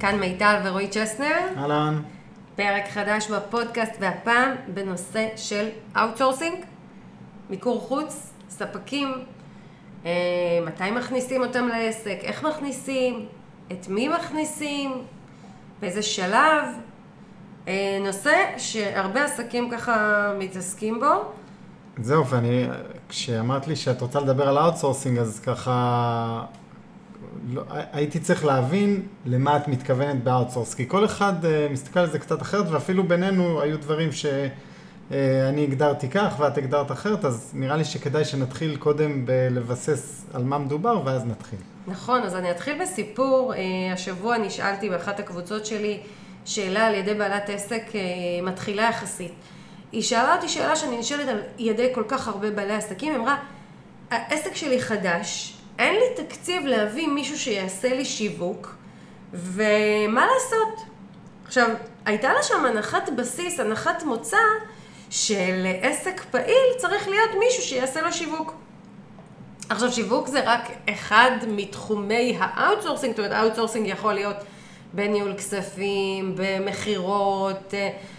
כאן מיטל ורועי צ'סנר. אהלן. פרק חדש בפודקאסט, והפעם בנושא של אאוטסורסינג, מיקור חוץ, ספקים, מתי מכניסים אותם לעסק, איך מכניסים, את מי מכניסים, באיזה שלב. נושא שהרבה עסקים ככה מתעסקים בו. זהו, כשאמרת לי שאת רוצה לדבר על אאוטסורסינג, אז ככה הייתי צריך להבין למה את מתכוונת באאוטסורס, כי כל אחד מסתכל על זה קצת אחרת, ואפילו בינינו היו דברים שאני הגדרתי כך ואת הגדרת אחרת, אז נראה לי שכדאי שנתחיל קודם בלבסס על מה מדובר, ואז נתחיל. נכון, אז אני אתחיל בסיפור. השבוע נשאלתי באחת הקבוצות שלי שאלה על ידי בעלת עסק מתחילה יחסית. היא שאלה אותי שאלה שאני נשאלת על ידי כל כך הרבה בעלי עסקים, אמרה, העסק שלי חדש, אין לי תקציב להביא מישהו שיעשה לי שיווק, ומה לעשות? עכשיו, הייתה לה שם הנחת בסיס, הנחת מוצא, שלעסק פעיל צריך להיות מישהו שיעשה לו שיווק. עכשיו, שיווק זה רק אחד מתחומי האאוטסורסינג, זאת אומרת, האאוטסורסינג יכול להיות בניהול כספים, במחירות,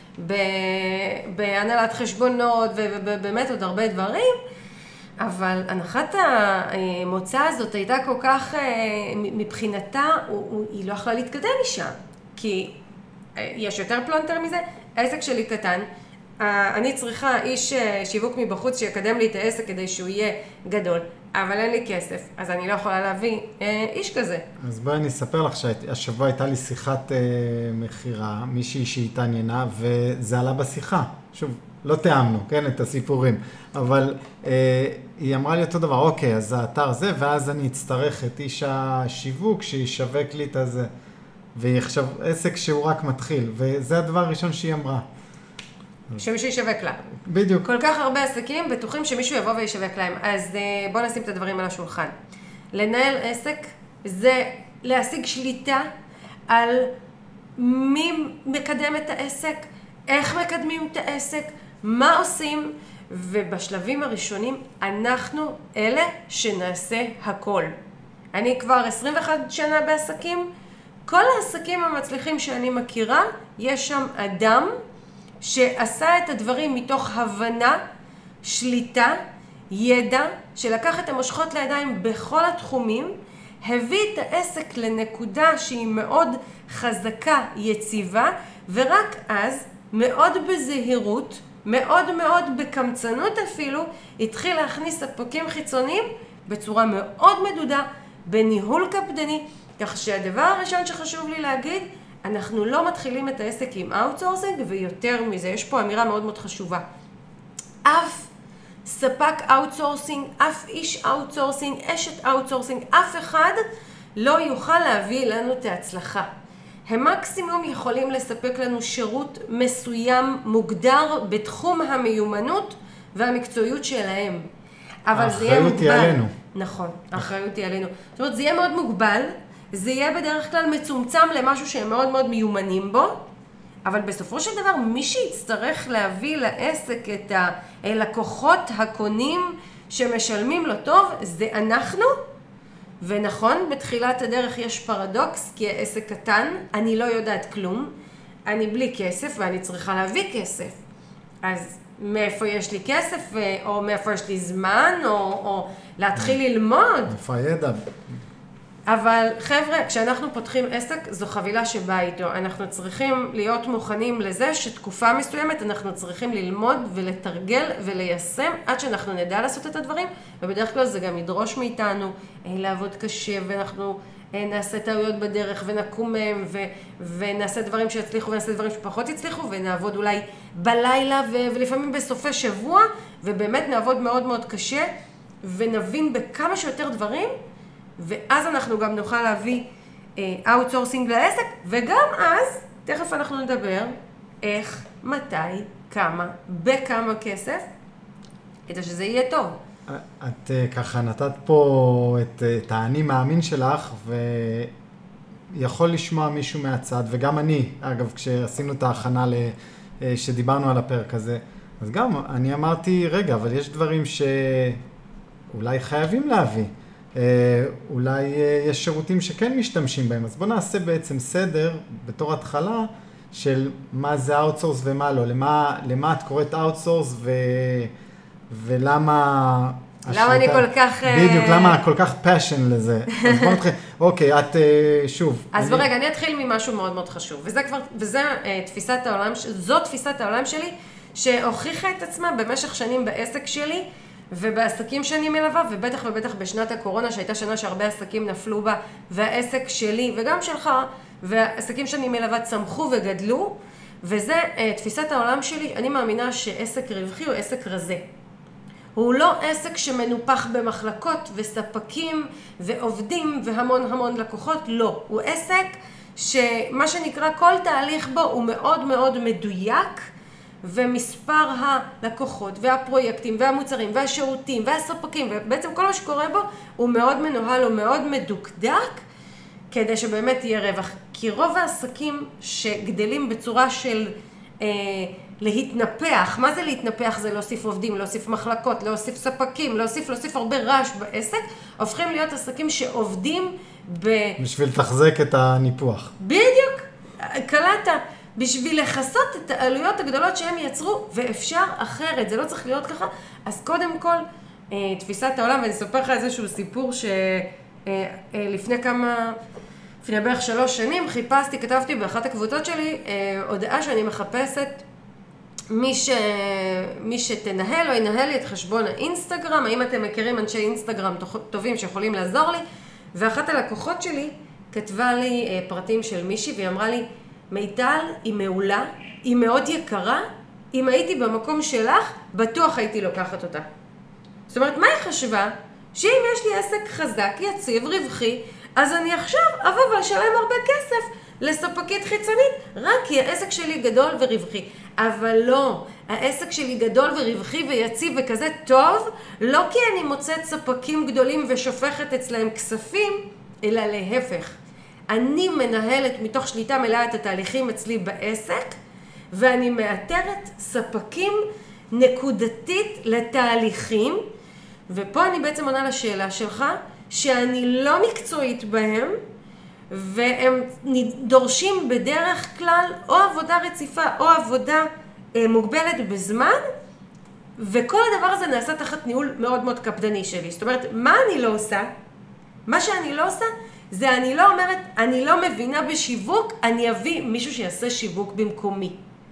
בהנהלת חשבונות, ובאמת עוד הרבה דברים. אבל הנחת המוצא הזאת הייתה כל כך, מבחינתה, היא לא יכלה להתקדם משם. כי יש יותר פלונטר מזה, העסק שלי קטן, אני צריכה איש שיווק מבחוץ שיקדם לי את העסק כדי שהוא יהיה גדול, אבל אין לי כסף, אז אני לא יכולה להביא איש כזה. אז בואי אני אספר לך שהשבוע הייתה לי שיחת מחירה, מישהי שהתעניינה, וזה עלה בשיחה. שוב, לא תיאמנו, כן, את הסיפורים, אבל היא אמרה לי אותו דבר, אוקיי, אז האתר זה, ואז אני אצטרך את איש השיווק שישווק לי את הזה, והיא עכשיו עסק שהוא רק מתחיל, וזה הדבר הראשון שהיא אמרה. שמישהו ישווק לה. בדיוק. כל כך הרבה עסקים בטוחים שמישהו יבוא וישווק להם. אז בוא נשים את הדברים על השולחן. לנהל עסק זה להשיג שליטה על מי מקדם את העסק, איך מקדמים את העסק, מה עושים, ובשלבים הראשונים אנחנו אלה שנעשה הכל. אני כבר 21 שנה בעסקים, כל העסקים המצליחים שאני מכירה, יש שם אדם שעשה את הדברים מתוך הבנה, שליטה, ידע, שלקח את המושכות לידיים בכל התחומים, הביא את העסק לנקודה שהיא מאוד חזקה, יציבה, ורק אז, מאוד בזהירות, מאוד מאוד בקמצנות אפילו, התחיל להכניס ספקים חיצוניים בצורה מאוד מדודה, בניהול קפדני, כך שהדבר הראשון שחשוב לי להגיד, אנחנו לא מתחילים את העסק עם אאוטסורסינג, ויותר מזה, יש פה אמירה מאוד מאוד חשובה. אף ספק אאוטסורסינג, אף איש אאוטסורסינג, אשת אאוטסורסינג, אף אחד לא יוכל להביא לנו את ההצלחה. הם מקסימום יכולים לספק לנו שירות מסוים מוגדר בתחום המיומנות והמקצועיות שלהם. אבל זה יהיה מוגבל. האחריות היא עלינו. נכון, האחריות היא עלינו. זאת אומרת, זה יהיה מאוד מוגבל, זה יהיה בדרך כלל מצומצם למשהו שהם מאוד מאוד מיומנים בו, אבל בסופו של דבר מי שיצטרך להביא לעסק את הלקוחות הקונים שמשלמים לו טוב, זה אנחנו. ונכון, בתחילת הדרך יש פרדוקס, כי העסק קטן, אני לא יודעת כלום, אני בלי כסף ואני צריכה להביא כסף. אז מאיפה יש לי כסף, או מאיפה יש לי זמן, או להתחיל ללמוד. איפה הידע? אבל חבר'ה, כשאנחנו פותחים עסק, זו חבילה שבאה איתו. אנחנו צריכים להיות מוכנים לזה שתקופה מסוימת אנחנו צריכים ללמוד ולתרגל וליישם עד שאנחנו נדע לעשות את הדברים, ובדרך כלל זה גם ידרוש מאיתנו לעבוד קשה, ואנחנו נעשה טעויות בדרך ונקום מהם, ונעשה דברים שיצליחו ונעשה דברים שפחות יצליחו, ונעבוד אולי בלילה ולפעמים בסופי שבוע, ובאמת נעבוד מאוד מאוד קשה, ונבין בכמה שיותר דברים, ואז אנחנו גם נוכל להביא אאוטסורסינג לעסק, וגם אז, תכף אנחנו נדבר, איך, מתי, כמה, בכמה כסף, כדי שזה יהיה טוב. את ככה נתת פה את האני מאמין שלך, ויכול לשמוע מישהו מהצד, וגם אני, אגב, כשעשינו את ההכנה שדיברנו על הפרק הזה, אז גם אני אמרתי, רגע, אבל יש דברים שאולי חייבים להביא. אולי יש שירותים שכן משתמשים בהם. אז בוא נעשה בעצם סדר בתור התחלה של מה זה אאוטסורס ומה לא. למה את קוראת אאוטסורס ולמה... למה אני כל כך... בדיוק, למה כל כך פאשן לזה. אז בוא נתחיל. אוקיי, את שוב. אז ברגע, אני אתחיל ממשהו מאוד מאוד חשוב. וזה תפיסת העולם, זו תפיסת העולם שלי, שהוכיחה את עצמה במשך שנים בעסק שלי, ובעסקים שאני מלווה, ובטח ובטח בשנת הקורונה, שהייתה שנה שהרבה עסקים נפלו בה, והעסק שלי וגם שלך, והעסקים שאני מלווה צמחו וגדלו, וזה תפיסת העולם שלי. אני מאמינה שעסק רווחי הוא עסק רזה. הוא לא עסק שמנופח במחלקות וספקים ועובדים והמון המון לקוחות, לא. הוא עסק שמה שנקרא כל תהליך בו הוא מאוד מאוד מדויק, ומספר הלקוחות והפרויקטים והמוצרים והשירותים והספקים ובעצם כל מה שקורה בו הוא מאוד מנוהל, הוא מאוד מדוקדק, כדי שבאמת יהיה רווח. כי רוב העסקים שגדלים בצורה של להתנפח, מה זה להתנפח? זה להוסיף עובדים, להוסיף מחלקות, להוסיף ספקים, להוסיף הרבה רעש בעסק, הופכים להיות עסקים שעובדים בשביל תחזק את הניפוח. בדיוק, קלטת. בשביל לחסות את העלויות הגדולות שהם יצרו, ואפשר אחרת, זה לא צריך להיות ככה. אז קודם כל, תפיסת העולם, ואני אספר לך איזשהו סיפור שלפני בערך 3 שנים כתבתי באחת הקבוצות שלי, הודעה שאני מחפשת מי שתנהל או ינהל לי את חשבון האינסטגרם. האם אתם מכירים אנשי אינסטגרם טובים שיכולים לעזור לי? ואחת הלקוחות שלי כתבה לי פרטים של מישהי, והיא אמרה לי, מיטל היא מעולה, היא מאוד יקרה, אם הייתי במקום שלך, בטוח הייתי לוקחת אותה. זאת אומרת, מה היא חשבה? שאם יש לי עסק חזק, יציב, רווחי, אז אני עכשיו אבוא ואשלם הרבה כסף לספקית חיצונית, רק כי העסק שלי גדול ורווחי. אבל לא, העסק שלי גדול ורווחי ויציב וכזה טוב, לא כי אני מוצאת ספקים גדולים ושופכת אצלהם כספים, אלא להפך. אני מנהלת מתוך שליטה מלאה את התהליכים אצלי בעסק, ואני מאתרת ספקים נקודתית לתהליכים, ופה אני בעצם עונה לשאלה שלך, שאני לא מקצועית בהם, והם דורשים בדרך כלל או עבודה רציפה או עבודה מוגבלת בזמן, וכל הדבר הזה נעשה תחת ניהול מאוד מאוד קפדני שלי. זאת אומרת, מה אני לא עושה? מה שאני לא עושה, זה אני לא אומרת, אני לא מבינה בשיווק, אני אביא מישהו שיעשה שיווק במקומי.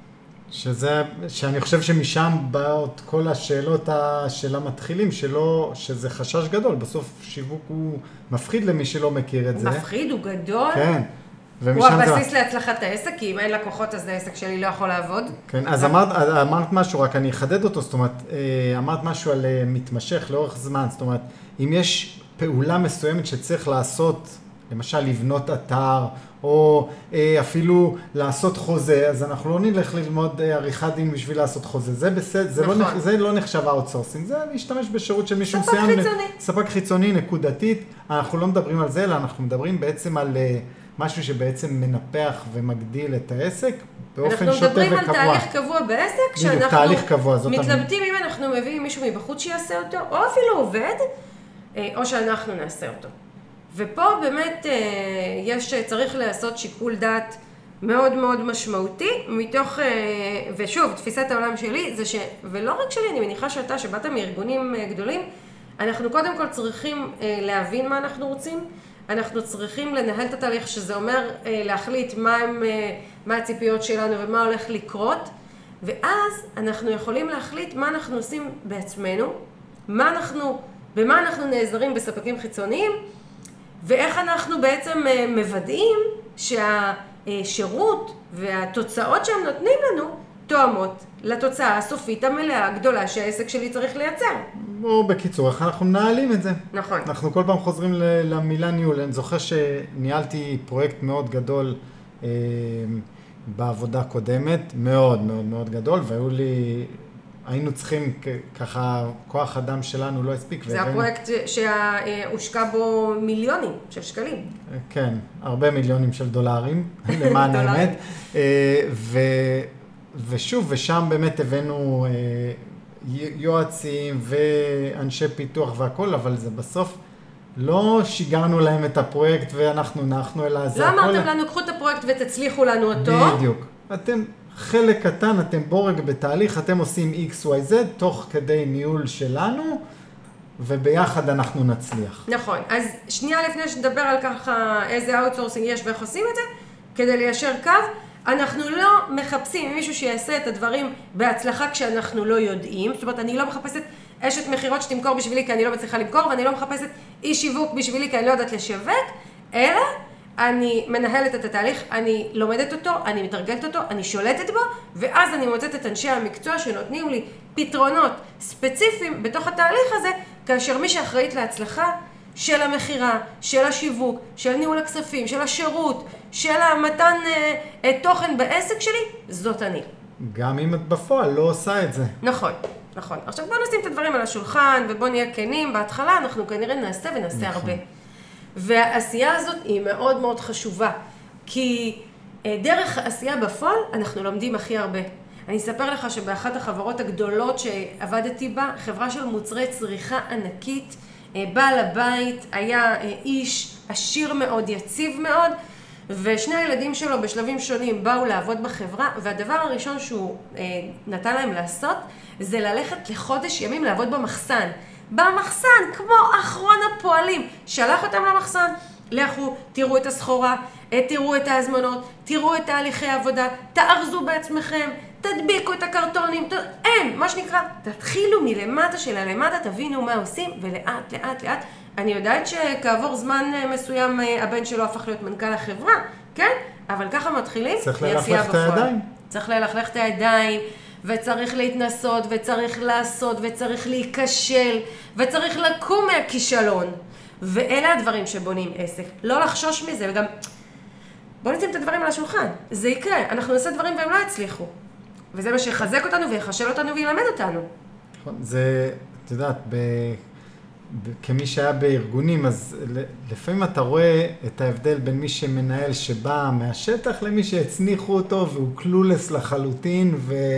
שאני חושב שמשם באות כל השאלות של המתחילים, שזה חשש גדול. בסוף שיווק הוא מפחיד למי שלא מכיר את זה. מפחיד, הוא גדול. כן. הוא הבסיס להצלחת העסק, כי אם אין לקוחות אז העסק שלי לא יכול לעבוד. כן, אז אמרת משהו, רק אני אחדד אותו, זאת אומרת, אמרת משהו על מתמשך לאורך זמן, זאת אומרת, אם יש פעולה מסוימת שצריך לעשות, למשל לבנות אתר, או אפילו לעשות חוזה, אז אנחנו לא נלך ללמוד עריכת דין בשביל לעשות חוזה. זה בסדר, נכון. זה לא נחשב אאוטסורסינג, זה להשתמש בשירות של מישהו מסוים. ספק חיצוני. ספק חיצוני, נקודתית. אנחנו לא מדברים על זה, אלא אנחנו מדברים בעצם על משהו שבעצם מנפח ומגדיל את העסק באופן שוטף וקבוע. אנחנו מדברים על תהליך קבוע בעסק, שאנחנו תהליך קבוע, מתלבטים אם אנחנו מביאים מישהו מבחוץ שיעשה אותו, או אפילו עובד, או שאנחנו נעשה אותו. ופה באמת צריך לעשות שיקול דעת מאוד מאוד משמעותי, מתוך, ושוב, תפיסת העולם שלי, זה ולא רק שלי, אני מניחה שבאת מארגונים גדולים, אנחנו קודם כל צריכים להבין מה אנחנו רוצים, אנחנו צריכים לנהל את התהליך, שזה אומר להחליט מה הציפיות שלנו ומה הולך לקרות, ואז אנחנו יכולים להחליט מה אנחנו עושים בעצמנו, במה אנחנו נעזרים בספקים חיצוניים, ואיך אנחנו בעצם מוודאים שהשירות והתוצאות שהם נותנים לנו תואמות לתוצאה הסופית המלאה הגדולה שהעסק שלי צריך לייצר. או בקיצור, איך אנחנו מנהלים את זה. נכון. אנחנו כל פעם חוזרים למילה ניהול. אני זוכר שניהלתי פרויקט מאוד גדול בעבודה קודמת, מאוד מאוד מאוד גדול, היינו צריכים ככה, כוח אדם שלנו לא הספיק. זה הפרויקט שהושקע בו מיליונים של שקלים. כן, הרבה מיליונים של דולרים, למען האמת. ושוב, ושם באמת הבאנו יועצים ואנשי פיתוח והכל, אבל זה בסוף לא שיגרנו להם את הפרויקט ואנחנו נחנו, אלא זה לא אמרתם לנו, קחו את הפרויקט ותצליחו לנו אותו. בדיוק. אתם חלק קטן, אתם בורג בתהליך, אתם עושים XYZ תוך כדי ניהול שלנו, וביחד אנחנו נצליח. נכון. אז שנייה לפני שנדבר על ככה איזה אאוטסורסינג יש ואיך עושים את זה, כדי ליישר קו, אנחנו לא מחפשים מישהו שיעשה את הדברים בהצלחה כשאנחנו לא יודעים. זאת אומרת, אני לא מחפשת אשת מחירות שתמכור בשבילי כי אני לא מצליחה למכור, ואני לא מחפשת אי שיווק בשבילי כי אני לא יודעת לשווק, אלא אני מנהלת את התהליך, אני לומדת אותו, אני מתרגלת אותו, אני שולטת בו, ואז אני מוצאת את אנשי המקצוע שנותנים לי פתרונות ספציפיים בתוך התהליך הזה, כאשר מי שאחראית להצלחה של המחירה, של השיווק, של ניהול הכספים, של השירות, של המתן תוכן בעסק שלי, זאת אני. גם אם את בפועל לא עושה את זה. נכון, נכון. עכשיו בואו נשים את הדברים על השולחן, ובואו נהיה כנים. בהתחלה אנחנו כנראה נעשה ונעשה הרבה. והעשייה הזאת היא מאוד מאוד חשובה, כי דרך העשייה בפועל אנחנו לומדים הכי הרבה. אני אספר לך שבאחת החברות הגדולות שעבדתי בה, חברה של מוצרי צריכה ענקית, בעל הבית היה איש עשיר מאוד, יציב מאוד, ושני הילדים שלו בשלבים שונים באו לעבוד בחברה, והדבר הראשון שהוא נתן להם לעשות, זה ללכת לחודש ימים לעבוד במחסן. במחסן, כמו אחרון הפועלים. שלח אותם למחסן, לכו, תראו את הסחורה, תראו את ההזמנות, תראו את תהליכי העבודה, תארזו בעצמכם, תדביקו את הקרטונים, אין, מה שנקרא, תתחילו מלמטה של הלמטה, תבינו מה עושים, ולאט, לאט, לאט. אני יודעת שכעבור זמן מסוים הבן שלו הפך להיות מנכ"ל החברה, כן? אבל ככה מתחילים. צריך ללכלך את הידיים. צריך ללכלך את הידיים. וצריך להתנסות, וצריך לעשות, וצריך להיכשל, וצריך לקום מהכישלון. ואלה הדברים שבונים עסק. לא לחשוש מזה, וגם בואו נשים את הדברים על השולחן. זה יקרה, אנחנו נעשה דברים והם לא יצליחו. וזה מה שיחזק אותנו ויחשל אותנו וילמד אותנו. זה, את יודעת, כמי שהיה בארגונים, אז לפעמים אתה רואה את ההבדל בין מי שמנהל שבא מהשטח למי שהצניחו אותו והוא קלולס לחלוטין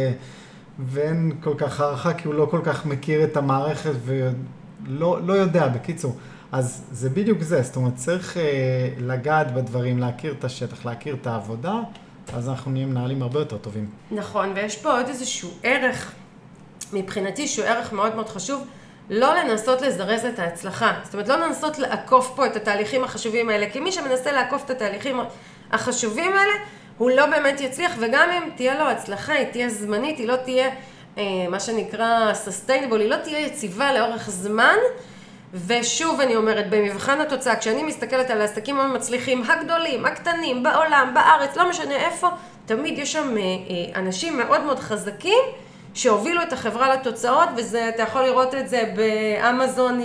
ואין כל כך הערכה כי הוא לא כל כך מכיר את המערכת ולא יודע, בקיצור. אז זה בדיוק זה, זאת אומרת צריך לגעת בדברים, להכיר את השטח, להכיר את העבודה, אז אנחנו נהיה מנהלים הרבה יותר טובים. נכון, ויש פה עוד איזשהו ערך, מבחינתי שהוא ערך מאוד מאוד חשוב, לא לנסות לזרז את ההצלחה. זאת אומרת, לא לנסות לעקוף פה את התהליכים החשובים האלה, כי מי שמנסה לעקוף את התהליכים החשובים האלה, הוא לא באמת יצליח, וגם אם תהיה לו הצלחה, היא תהיה זמנית, היא לא תהיה, מה שנקרא sustainable, היא לא תהיה יציבה לאורך זמן, ושוב אני אומרת, במבחן התוצאה, כשאני מסתכלת על העסקים המצליחים, הגדולים, הקטנים, בעולם, בארץ, לא משנה איפה, תמיד יש שם אנשים מאוד מאוד חזקים, שהובילו את החברה לתוצאות, וזה, אתה יכול לראות את זה באמזון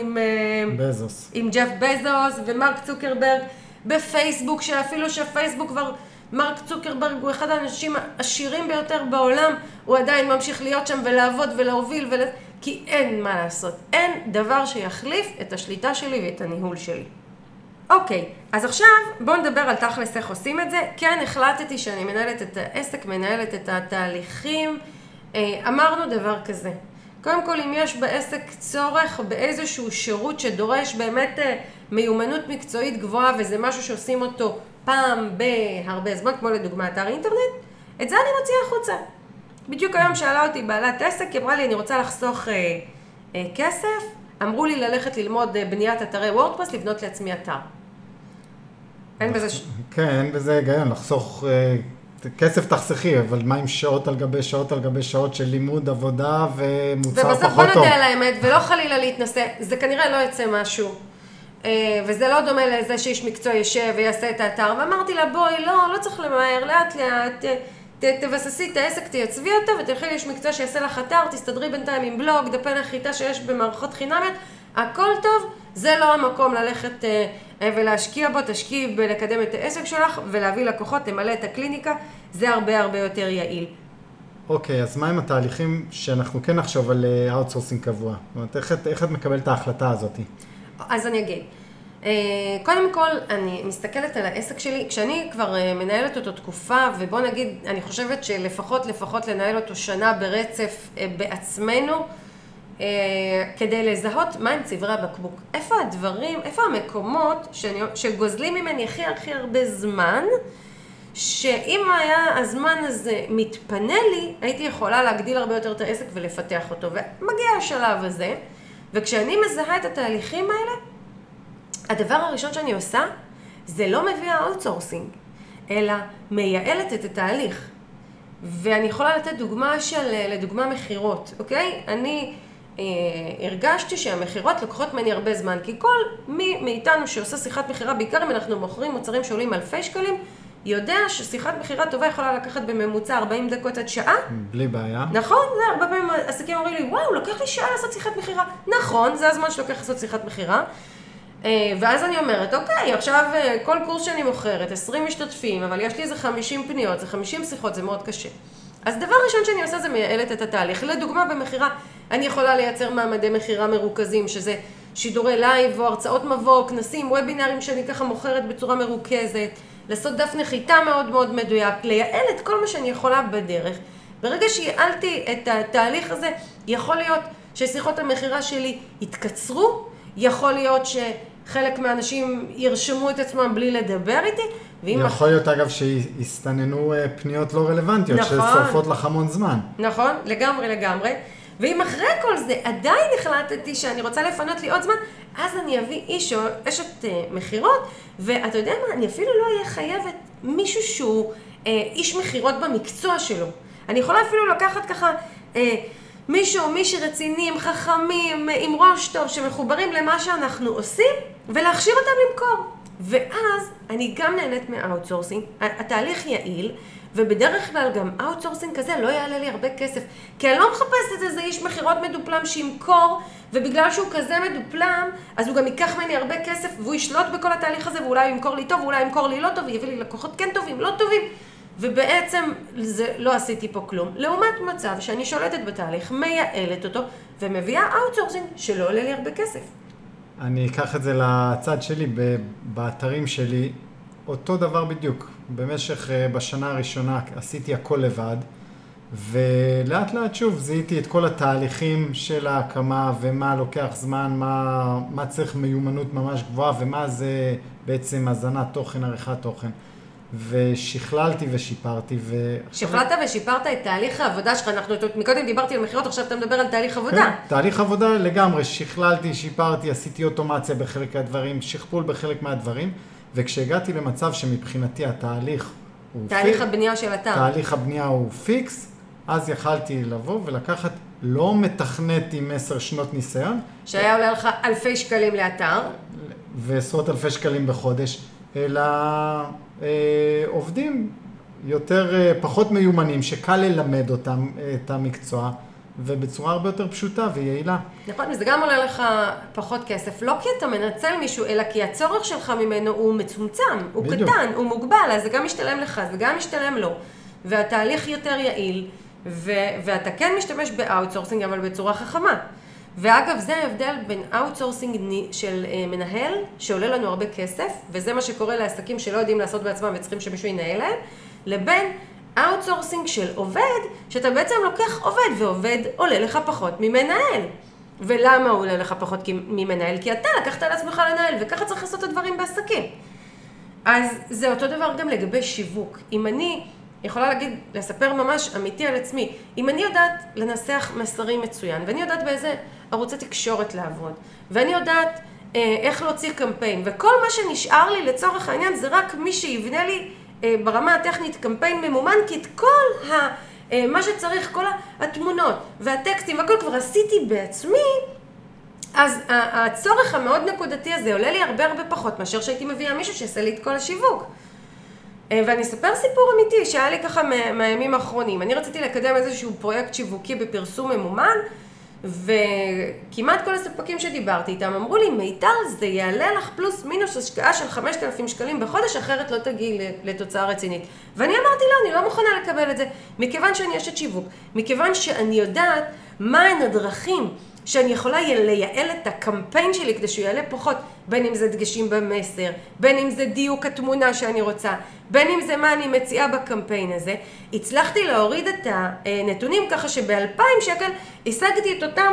עם ג'ף בזוס ומרק צוקרברג, בפייסבוק, שאפילו שפייסבוק כבר, מרק צוקרברג הוא אחד האנשים העשירים ביותר בעולם, הוא עדיין ממשיך להיות שם ולעבוד ולהוביל, כי אין מה לעשות, אין דבר שיחליף את השליטה שלי ואת הניהול שלי. אוקיי, אז עכשיו בואו נדבר על תכלס איך עושים את זה. כן, החלטתי שאני מנהלת את העסק, מנהלת את התהליכים, אמרנו דבר כזה. קודם כל, אם יש בעסק צורך באיזשהו שירות שדורש באמת מיומנות מקצועית גבוהה, וזה משהו שעושים אותו פעם בהרבה זמן, כמו לדוגמה אתר אינטרנט, את זה אני מוציאה החוצה. בדיוק היום שאלה אותי בעלת עסק, היא אמרה לי, אני רוצה לחסוך כסף, אמרו לי ללכת ללמוד בניית אתרי וורדפרס, לבנות לעצמי אתר. אין בזה כן, אין בזה היגיון, לחסוך כסף תחסכי, אבל מה עם שעות על גבי שעות על גבי שעות של לימוד, עבודה ומוצר פחות טוב? ובסוף בוא נדע על האמת, ולא חלילה להתנסה, זה כנראה לא יצא משהו. וזה לא דומה לזה שאיש מקצוע ישב ויעשה את האתר. ואמרתי לה, בואי, לא צריך למהר, לאט לאט, תבססי את העסק, תייצבי אותו, ותלכי לאיש מקצוע שיעשה לך אתר, תסתדרי בינתיים עם בלוג, דפי נחיתה שיש במערכות חינמיות, הכל טוב, זה לא המקום ללכת ולהשקיע בו, תשקיעי בלקדם את העסק שלך ולהביא לקוחות, למלא את הקליניקה, זה הרבה הרבה יותר יעיל. אוקיי, אז מה עם התהליכים שאנחנו כן נחשוב על אאוטסורסינג קבוע? זאת אומרת, איך את מקבלת את ההחלטה הזאת? אז אני אגיד. קודם כל, אני מסתכלת על העסק שלי, כשאני כבר מנהלת אותו תקופה, ובוא נגיד, אני חושבת שלפחות לנהל אותו שנה ברצף בעצמנו, כדי לזהות מהם צברי הבקבוק. איפה הדברים, איפה המקומות שגוזלים ממני הכי הרבה זמן, שאם היה הזמן הזה מתפנה לי, הייתי יכולה להגדיל הרבה יותר את העסק ולפתח אותו. ומגיע השלב הזה, וכשאני מזהה את התהליכים האלה, הדבר הראשון שאני עושה, זה לא מביאה אאוטסורסינג, אלא מייעלת את התהליך. ואני יכולה לתת דוגמה לדוגמה מחירות, אוקיי? אני הרגשתי שהמחירות לוקחות ממני הרבה זמן, כי כל מי מאיתנו שעושה שיחת מחירה, בעיקר אם אנחנו מוכרים מוצרים שעולים אלפי שקלים, יודע ששיחת מחירה טובה יכולה לקחת בממוצע 40 דקות עד שעה. בלי בעיה. נכון, זה הרבה פעמים עסקים אומרים לי, וואו, לוקח לי שעה לעשות שיחת מחירה. נכון, זה הזמן שלוקח לעשות שיחת מחירה. ואז אני אומרת, אוקיי, עכשיו כל קורס שאני מוכרת, 20 משתתפים, אבל יש לי איזה 50 פניות, זה 50 שיחות, זה מאוד קשה. אז דבר ראשון שאני עושה זה מייעלת את התהליך. לדוגמה, במחירה, אני יכולה לייצר מעמדי מחירה מרוכזים, שזה שידורי לייב או הרצאות מבוא, כנסים, וובינרים שאני ככה מוכרת בצורה מרוכזת, לעשות דף נחיתה מאוד מאוד מדויק, לייעל את כל מה שאני יכולה בדרך. ברגע שייעלתי את התהליך הזה, יכול להיות ששיחות המחירה שלי יתקצרו, יכול להיות שחלק מהאנשים ירשמו את עצמם בלי לדבר איתי. יכול להיות אגב שיסתננו פניות לא רלוונטיות, נכון, שצורפות לך המון זמן. נכון, לגמרי. ואם אחרי כל זה עדיין החלטתי שאני רוצה לפנות לי עוד זמן, אז אני אביא איש או אשת מחירות, ואתה יודע מה, אני אפילו לא אהיה חייבת מישהו שהוא איש מחירות במקצוע שלו. אני יכולה אפילו לקחת ככה מישהי רציניים, חכמים, עם ראש טוב, שמחוברים למה שאנחנו עושים, ולהכשיר אותם למכור. ואז אני גם נהנית מהאוטסורסינג, התהליך יעיל, ובדרך כלל גם אאוטסורסינג כזה לא יעלה לי הרבה כסף, כי אני לא מחפשת איזה איש מחירות מדופלם שימכור, ובגלל שהוא כזה מדופלם, אז הוא גם ייקח ממני הרבה כסף, והוא ישלוט בכל התהליך הזה, ואולי הוא ימכור לי טוב, ואולי ימכור לי לא טוב, ויביא לי לקוחות כן טובים, לא טובים, ובעצם לא עשיתי פה כלום. לעומת מצב שאני שולטת בתהליך, מייעלת אותו, ומביאה אאוטסורסינג שלא עולה לי הרבה כסף. אני אקח את זה לצד שלי, באתרים שלי, אותו דבר בדיוק. במשך בשנה הראשונה עשיתי הכל לבד, ולאט לאט שוב זיהיתי את כל התהליכים של ההקמה, ומה לוקח זמן, מה צריך מיומנות ממש גבוהה, ומה זה בעצם הזנת תוכן, עריכת תוכן. ושכללתי ושיפרתי. שכללת ושיפרת את תהליך העבודה שלך, מקודם דיברתי על מחירות, עכשיו אתה מדבר על תהליך עבודה. כן, תהליך עבודה לגמרי, שכללתי, שיפרתי, עשיתי אוטומציה בחלק מהדברים, שכפול בחלק מהדברים, וכשהגעתי למצב שמבחינתי התהליך הוא תהליך הבנייה של אתר. תהליך הבנייה הוא פיקס, אז יכלתי לבוא ולקחת לא מתכנת עם 10 שנות ניסיון. שהיה עולה לך אלפי שקלים לאתר. ועשרות אלפי שקלים בחודש, אלא עובדים פחות מיומנים, שקל ללמד אותם את המקצוע, ובצורה הרבה יותר פשוטה ויעילה. נכון, וזה גם עולה לך פחות כסף, לא כי אתה מנצל מישהו, אלא כי הצורך שלך ממנו הוא מצומצם, הוא בדיוק. קטן, הוא מוגבל, אז זה גם משתלם לך, זה גם משתלם לו, והתהליך יותר יעיל, ואתה כן משתמש באוטסורסינג, אבל בצורה חכמה. ואגב, זה ההבדל בין אאוטסורסינג של מנהל, שעולה לנו הרבה כסף, וזה מה שקורה לעסקים שלא יודעים לעשות בעצמם וצריכים שמישהו ינהל להם, לבין אאוטסורסינג של עובד, שאתה בעצם לוקח עובד, ועובד עולה לך פחות ממנהל. ולמה הוא עולה לך פחות ממנהל? כי אתה לקחת על עצמך לנהל, וככה צריך לעשות את הדברים בעסקים. אז זה אותו דבר גם לגבי שיווק. אם אני יכולה לספר ממש אמיתי על עצמי, אם אני יודעת לנסח מסרים מצוין, ואני יודעת באיזה ערוצי תקשורת לעבוד, ואני יודעת איך להוציא קמפיין, וכל מה שנשאר לי לצורך העניין זה רק מי שיבנה לי ברמה הטכנית קמפיין ממומן, כי את כל מה שצריך, כל התמונות והטקסטים והכל כבר עשיתי בעצמי, אז הצורך המאוד נקודתי הזה עולה לי הרבה פחות מאשר שהייתי מביאה מישהו שיעשה לי את כל השיווק. ואני אספר סיפור אמיתי שהיה לי ככה מהימים האחרונים. אני רציתי לקדם איזשהו פרויקט שיווקי בפרסום ממומן, וכמעט כל הספקים שדיברתי איתם אמרו לי, מיטל, זה יעלה לך פלוס מינוס השקעה של 5,000 שקלים בחודש, אחרת לא תגיעי לתוצאה רצינית. ואני אמרתי לא, אני לא מוכנה לקבל את זה, מכיוון שאני אשת שיווק, מכיוון שאני יודעת מהן הדרכים שאני יכולה לייעל את הקמפיין שלי כדי שהוא יעלה פחות, בין אם זה דגשים במסר, בין אם זה דיוק התמונה שאני רוצה, בין אם זה מה אני מציעה בקמפיין הזה. הצלחתי להוריד את הנתונים ככה שב-2,000 שקל השגתי את אותם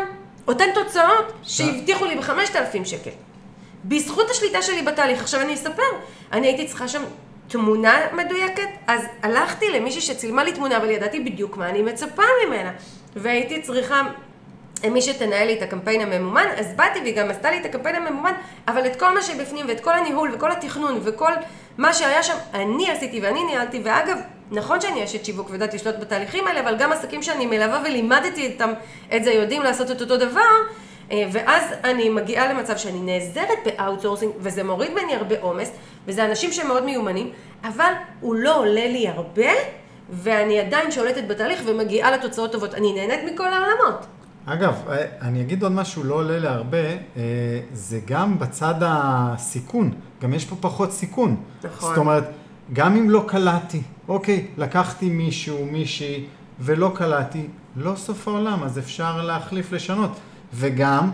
אותן תוצאות שהבטיחו לי ב5,000 שקל. בזכות השליטה שלי בתהליך. עכשיו אני אספר, אני הייתי צריכה שם תמונה מדויקת, אז הלכתי למישהי שצילמה לי תמונה, אבל ידעתי בדיוק מה אני מצפה ממנה. והייתי צריכה מי שתנהל לי את הקמפיין הממומן, אז באתי והיא גם עשתה לי את הקמפיין הממומן, אבל את כל מה שבפנים ואת כל הניהול וכל התכנון וכל מה שהיה שם, אני עשיתי ואני ניהלתי, ואגב, נכון שאני אשת שיווק ויודעת לשלוט בתהליכים האלה, אבל גם עסקים שאני מלווה ולימדתי איתם את זה, יודעים לעשות את אותו דבר, ואז אני מגיעה למצב שאני נעזרת באוטסורסינג, וזה מוריד ממני הרבה עומס, וזה אנשים שמאוד מיומנים, אבל הוא לא עולה לי הרבה, ואני עדיין שולטת בתהליך ומגיעה לתוצאות טובות. אני נהנית מכל העולמות. אגב, אני אגיד עוד משהו, לא עולה להרבה, זה גם בצד הסיכון, גם יש פה פחות סיכון. נכון. זאת אומרת, גם אם לא קלעתי, אוקיי, לקחתי מישהו, מישהי, ולא קלעתי, לא סוף העולם, אז אפשר להחליף, לשנות. וגם,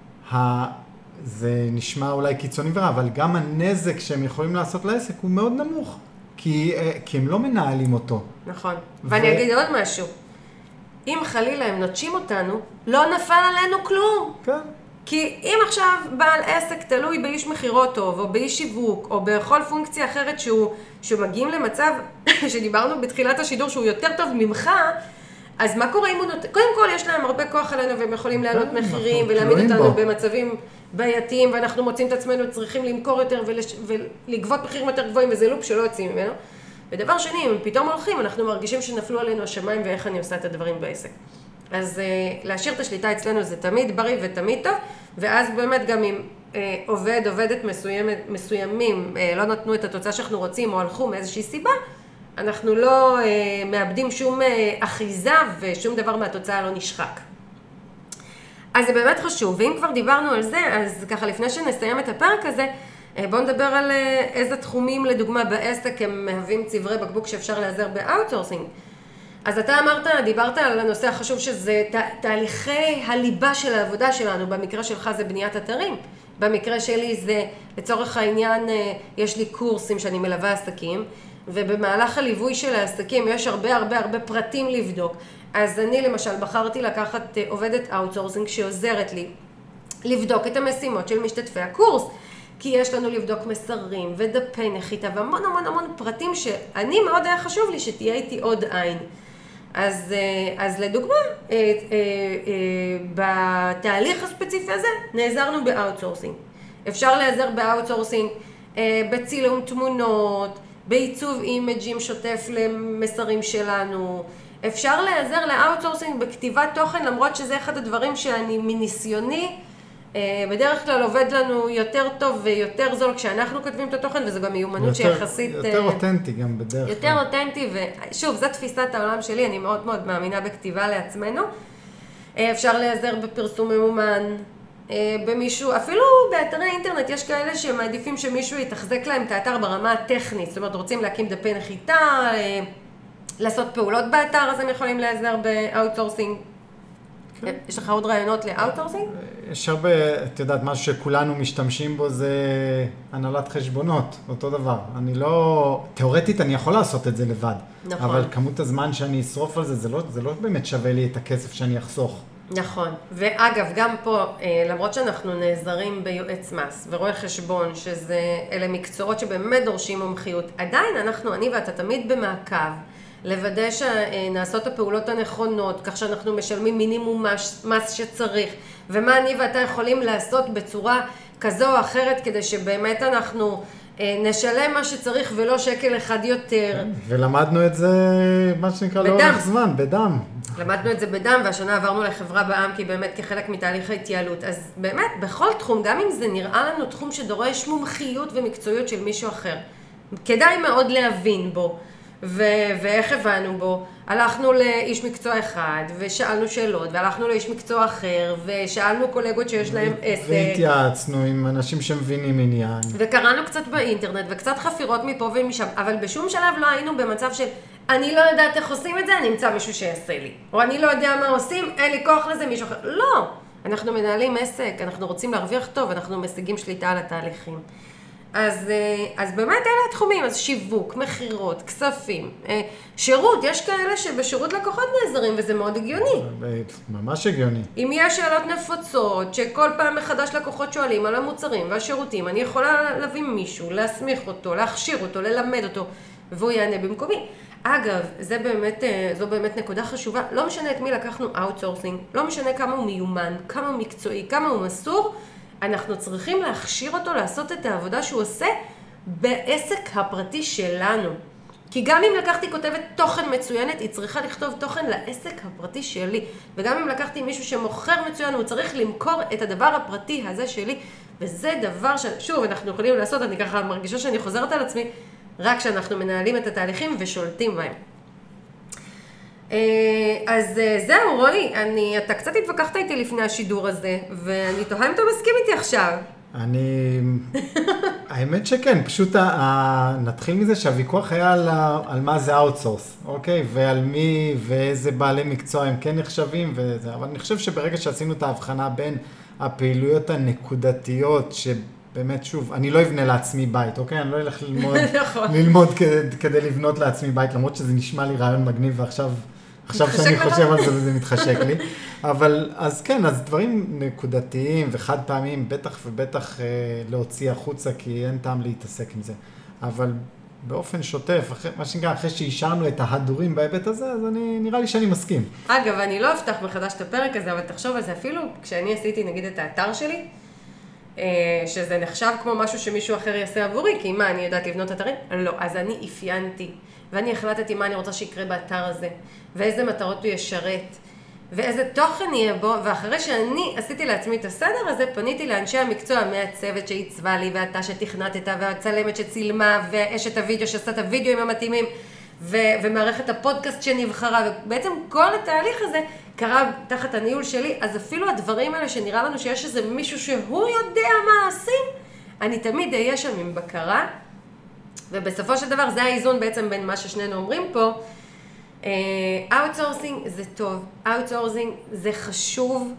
זה נשמע אולי קיצוני ורע, אבל גם הנזק שהם יכולים לעשות לעסק הוא מאוד נמוך, כי הם לא מנהלים אותו. נכון. ואני אגיד עוד משהו. אם חלילה הם נוטשים אותנו, לא נפל עלינו כלום. כן. כי אם עכשיו בעל עסק תלוי באיש מחירות טוב, או באיש שיווק, או בכל פונקציה אחרת שמגיעים למצב שדיברנו בתחילת השידור שהוא יותר טוב ממך, אז מה קורה אם הוא נותן? קודם כל יש להם הרבה כוח עלינו והם יכולים להעלות מחירים ולהעמיד אותנו במצבים בעייתיים, ואנחנו מוצאים את עצמנו צריכים למכור יותר ולגבות מחירים יותר גבוהים, וזה לופ שלא יוצאים ממנו. ודבר שני, אם פתאום הולכים, אנחנו מרגישים שנפלו עלינו השמיים ואיך אני עושה את הדברים בעסק. אז להשאיר את השליטה אצלנו זה תמיד בריא ותמיד טוב, ואז באמת גם אם עובדת מסוימים לא נתנו את התוצאה שאנחנו רוצים או הלכו מאיזושהי סיבה, אנחנו לא מאבדים שום אחיזה ושום דבר מהתוצאה לא נשחק. אז זה באמת חשוב, ואם כבר דיברנו על זה, אז ככה לפני שנסיים את הפרק הזה, בואו נדבר על איזה תחומים לדוגמה בעסק הם מהווים צברי בקבוק שאפשר להיעזר באוטסורסינג. אז אתה דיברת על הנושא החשוב שזה תהליכי הליבה של העבודה שלנו, במקרה שלך זה בניית אתרים, במקרה שלי זה לצורך העניין יש לי קורסים שאני מלווה עסקים, ובמהלך הליווי של העסקים יש הרבה פרטים לבדוק. אז אני למשל בחרתי לקחת עובדת אאוטסורסינג שעוזרת לי לבדוק את המשימות של משתתפי הקורס, כי יש לנו לבדוק מסרים ודפי נחיתה והמון פרטים שאני מאוד היה חשוב לי שתהיה איתי עוד עין. אז לדוגמה, בתהליך הספציפי הזה נעזרנו באאוטסורסינג. אפשר להיעזר באאוטסורסינג בצילום תמונות, בעיצוב אימג'ים שוטף למסרים שלנו. אפשר להיעזר לאאוטסורסינג בכתיבת תוכן, למרות שזה אחד הדברים שאני מניסיוני, בדרך כלל עובד לנו יותר טוב ויותר זול כשאנחנו כותבים את התוכן, וזו גם מיומנות שיחסית... יותר אותנטי גם בדרך כלל. יותר אותנטי, ושוב, זו תפיסת העולם שלי, אני מאוד מאמינה בכתיבה לעצמנו. אפשר להיעזר בפרסום ממומן, במישהו, אפילו באתרי אינטרנט יש כאלה שמעדיפים שמישהו יתחזק להם את האתר ברמה הטכנית, זאת אומרת, רוצים להקים דפי נחיתה, לעשות פעולות באתר, אז הם יכולים להיעזר באוטסורסינג. יש לך עוד רעיונות לאוטסורסינג? יש הרבה, את יודעת, משהו שכולנו משתמשים בו זה הנהלת חשבונות, אותו דבר. אני לא, תיאורטית אני יכול לעשות את זה לבד. נכון. אבל כמות הזמן שאני אשרוף על זה, זה לא באמת שווה לי את הכסף שאני אחסוך. נכון. ואגב, גם פה, למרות שאנחנו נעזרים ביועץ מס ורואה חשבון, אלה מקצועות שבאמת דורשים מומחיות, עדיין אני ואתה תמיד במעקב, לוודא שנעשות הפעולות הנכונות, כך שאנחנו משלמים מינימום מס שצריך, ומה אני ואתה יכולים לעשות בצורה כזו או אחרת, כדי שבאמת אנחנו נשלם מה שצריך ולא שקל אחד יותר. ולמדנו את זה, מה שנקרא, לאורך זמן, בדם. למדנו את זה בדם, והשנה עברנו לחברה בעם, כי באמת כחלק מתהליך ההתייעלות. אז באמת, בכל תחום, גם אם זה נראה לנו תחום שדורש מומחיות ומקצועיות של מישהו אחר, כדאי מאוד להבין בו. ואיך הבנו בו? הלכנו לאיש מקצוע אחד ושאלנו שאלות, והלכנו לאיש מקצוע אחר ושאלנו קולגות שיש להם עסק. והתייעצנו עם אנשים שמבינים עניין. וקראנו קצת באינטרנט וקצת חפירות מפה ומשם, אבל בשום שלב לא היינו במצב של אני לא יודעת איך עושים את זה, אני אמצא מישהו שיעשה לי. או אני לא יודע מה עושים, אין לי כוח לזה, מישהו אחר. לא! אנחנו מנהלים עסק, אנחנו רוצים להרוויח טוב, אנחנו משיגים שליטה על התהליכים. אז באמת אלה התחומים, אז שיווק, מחירות, כספים, שירות, יש כאלה שבשירות לקוחות נעזרים וזה מאוד הגיוני. ממש הגיוני. אם יש שאלות נפוצות, שכל פעם מחדש לקוחות שואלים על המוצרים והשירותים, אני יכולה להביא מישהו, להסמיך אותו, להכשיר אותו, ללמד אותו, והוא יענה במקומי. אגב, זו באמת נקודה חשובה, לא משנה את מי לקחנו אאוטסורסינג, לא משנה כמה הוא מיומן, כמה הוא מקצועי, כמה הוא מסור, אנחנו צריכים להכשיר אותו לעשות את העבודה שהוא עושה בעסק הפרטי שלנו. כי גם אם לקחתי כותבת תוכן מצוינת, היא צריכה לכתוב תוכן לעסק הפרטי שלי. וגם אם לקחתי מישהו שמוכר מצוין, הוא צריך למכור את הדבר הפרטי הזה שלי. וזה דבר שוב, אנחנו יכולים לעשות, אני ככה מרגישה שאני חוזרת על עצמי, רק כשאנחנו מנהלים את התהליכים ושולטים בהם. אז זהו, רועי, אתה קצת התווכחת איתי לפני השידור הזה, ואני תוהה אם אתה מסכים איתי עכשיו. האמת שכן, פשוט נתחיל מזה שהוויכוח היה על מה זה אאוטסורס, אוקיי? ועל מי ואיזה בעלי מקצוע הם כן נחשבים וזה, אבל אני חושב שברגע שעשינו את ההבחנה בין הפעילויות הנקודתיות, באמת שוב, אני לא אבנה לעצמי בית, אוקיי? אני לא אלך ללמוד כדי לבנות לעצמי בית, למרות שזה נשמע לי רעיון מגניב, ועכשיו שאני חושב על זה וזה מתחשק לי. אבל אז כן, אז דברים נקודתיים וחד פעמים, בטח ובטח להוציא החוצה, כי אין טעם להתעסק עם זה. אבל באופן שוטף, מה שנקרא, אחרי שאישרנו את ההדורים בהיבט הזה, אז נראה לי שאני מסכים. אגב, אני לא אפתח מחדש את הפרק הזה, אבל תחשוב על זה אפילו, כשאני עשיתי נגיד את האתר שלי, שזה נחשב כמו משהו שמישהו אחר יעשה עבורי, כי מה, אני יודעת לבנות אתרים? לא, אז אני אפיינתי, ואני החלטתי מה אני רוצה שיקרה באתר הזה, ואיזה מטרות הוא ישרת, ואיזה תוכן יהיה בו, ואחרי שאני עשיתי לעצמי את הסדר הזה, פניתי לאנשי המקצוע מהצוות שעיצבה לי, ואתה שתכנתת, והצלמת שצילמה, ואשת הוידאו שעשתה את הוידאוים המתאימים, ומערכת הפודקאסט שנבחרה, ובעצם כל התהליך הזה קרה תחת הניהול שלי, אז אפילו הדברים האלה שנראה לנו שיש איזה מישהו שהוא יודע מה עושים, אני תמיד אהיה שם עם בקרה, ובסופו של דבר זה האיזון בעצם בין מה ששנינו אומרים פה, אאוטסורסינג זה טוב, אאוטסורסינג זה חשוב,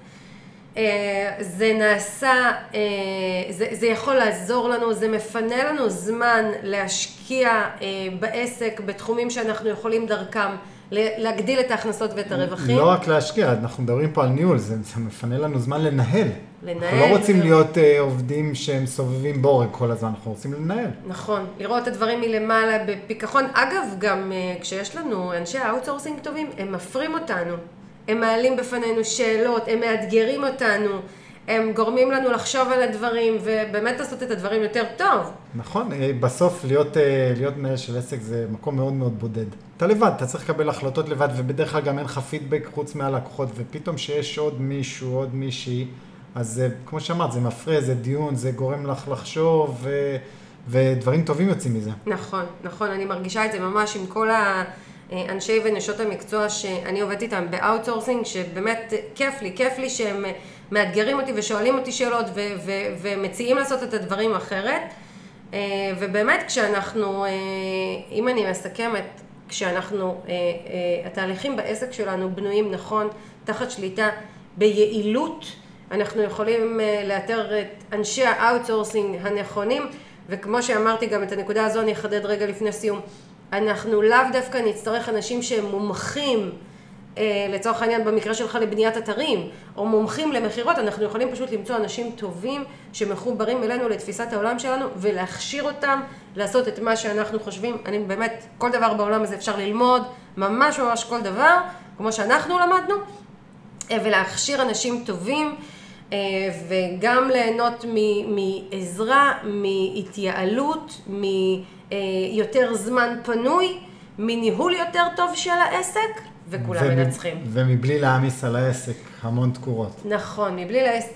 זה נעשה, זה יכול לעזור לנו, זה מפנה לנו זמן להשקיע בעסק, בתחומים שאנחנו יכולים דרכם, להגדיל את ההכנסות ואת הרווחים. לא רק להשקיע, אנחנו מדברים פה על ניהול, זה מפנה לנו זמן לנהל. אנחנו לא רוצים להיות עובדים שהם סובבים בורג כל הזמן, אנחנו רוצים לנהל. נכון, לראות את הדברים מלמעלה בפיקחון. אגב, גם כשיש לנו אנשי האוטסורסינג טובים, הם מפרים אותנו. הם מעלים בפנינו שאלות, הם מאתגרים אותנו, הם גורמים לנו לחשוב על הדברים, ובאמת לעשות את הדברים יותר טוב. נכון, בסוף להיות מנהל של עסק זה מקום מאוד מאוד בודד. אתה לבד, אתה צריך לקבל החלטות לבד, ובדרך כלל גם אין לך פידבק חוץ מהלקוחות, ופתאום שיש עוד מישהו, עוד מישהי, אז כמו שאמרת, זה מפריע, זה דיון, זה גורם לך לחשוב, ודברים טובים יוצאים מזה. נכון, נכון, אני מרגישה את זה ממש עם כל אנשי ונשות המקצוע שאני עובדת איתם באוטסורסינג, שבאמת כיף לי שהם מאתגרים אותי ושואלים אותי שאלות ומציעים לעשות את הדברים אחרת. ובאמת כשאנחנו, אם אני מסכמת, כשאנחנו, התהליכים בעסק שלנו בנויים נכון, תחת שליטה, ביעילות, אנחנו יכולים לאתר את אנשי האוטסורסינג הנכונים, וכמו שאמרתי גם את הנקודה הזו אני אחדד רגע לפני סיום, אנחנו לאו דווקא נצטרך אנשים שהם מומחים, לצורך העניין במקרה שלך לבניית אתרים, או מומחים למחירות, אנחנו יכולים פשוט למצוא אנשים טובים שמחוברים אלינו לתפיסת העולם שלנו, ולהכשיר אותם לעשות את מה שאנחנו חושבים. אני באמת, כל דבר בעולם הזה אפשר ללמוד, ממש כל דבר, כמו שאנחנו למדנו, ולהכשיר אנשים טובים, וגם ליהנות מעזרה, מהתייעלות, מיותר זמן פנוי, מניהול יותר טוב של העסק, וכולם מנצחים. ומבלי להעמיס על העסק המון תקורות. נכון, מבלי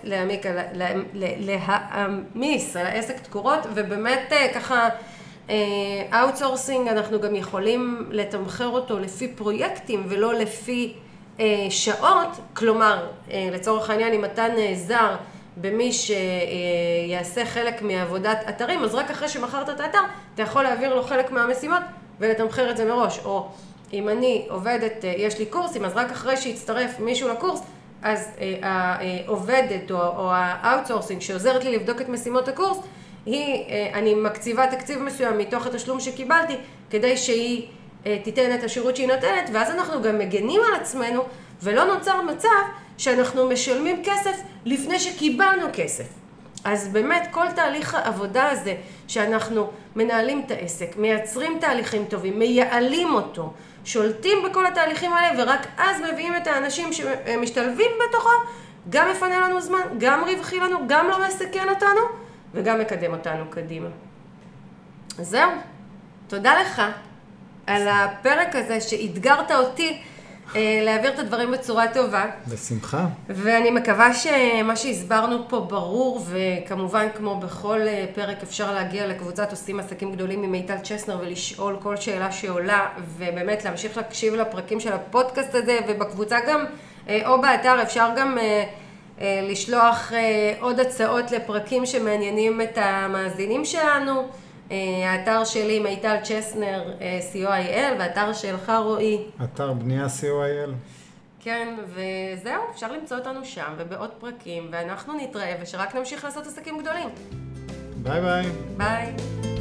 להעמיס על העסק תקורות, ובאמת ככה, אאוטסורסינג אנחנו גם יכולים לתמחר אותו לפי פרויקטים ולא לפי שעות, כלומר, לצורך העניין, אם אתה נעזר במי שיעשה חלק מעבודת אתרים, אז רק אחרי שמכרת את האתר, אתה יכול להעביר לו חלק מהמשימות ולתמחר את זה מראש. או אם אני עובדת, יש לי קורסים, אז רק אחרי שיצטרף מישהו לקורס, אז העובדת או האוטסורסינג שעוזרת לי לבדוק את משימות הקורס, אני מקציבה תקציב מסוים מתוך התשלום שקיבלתי, כדי שהיא תיתן את השירות שהיא נותנת, ואז אנחנו גם מגנים על עצמנו, ולא נוצר מצב שאנחנו משלמים כסף לפני שקיבלנו כסף. אז באמת כל תהליך העבודה הזה, שאנחנו מנהלים את העסק, מייצרים תהליכים טובים, מייעלים אותו, שולטים בכל התהליכים האלה, ורק אז מביאים את האנשים שמשתלבים בתוכו, גם מפנה לנו זמן, גם רווחי לנו, גם לא מסכן אותנו, וגם מקדם אותנו קדימה. אז זהו, תודה לך על הפרק הזה שהתגרת אותי להעביר את הדברים בצורה טובה. בשמחה. ואני מקווה שמה שהסברנו פה ברור, וכמובן כמו בכל פרק אפשר להגיע לקבוצת עושים עסקים גדולים עם מיטל צ'סנר ולשאול כל שאלה שעולה, ובאמת להמשיך להקשיב לפרקים של הפודקאסט הזה, ובקבוצה גם, או באתר אפשר גם לשלוח עוד הצעות לפרקים שמעניינים את המאזינים שלנו. האתר שלי מיטל צ'סנר co.il, והאתר שלך רועי אתר בנייה co.il. כן, וזהו, אפשר למצוא אותנו שם ובעוד פרקים, ואנחנו נתראה ושרק נמשיך לעשות עסקים גדולים. ביי ביי. ביי.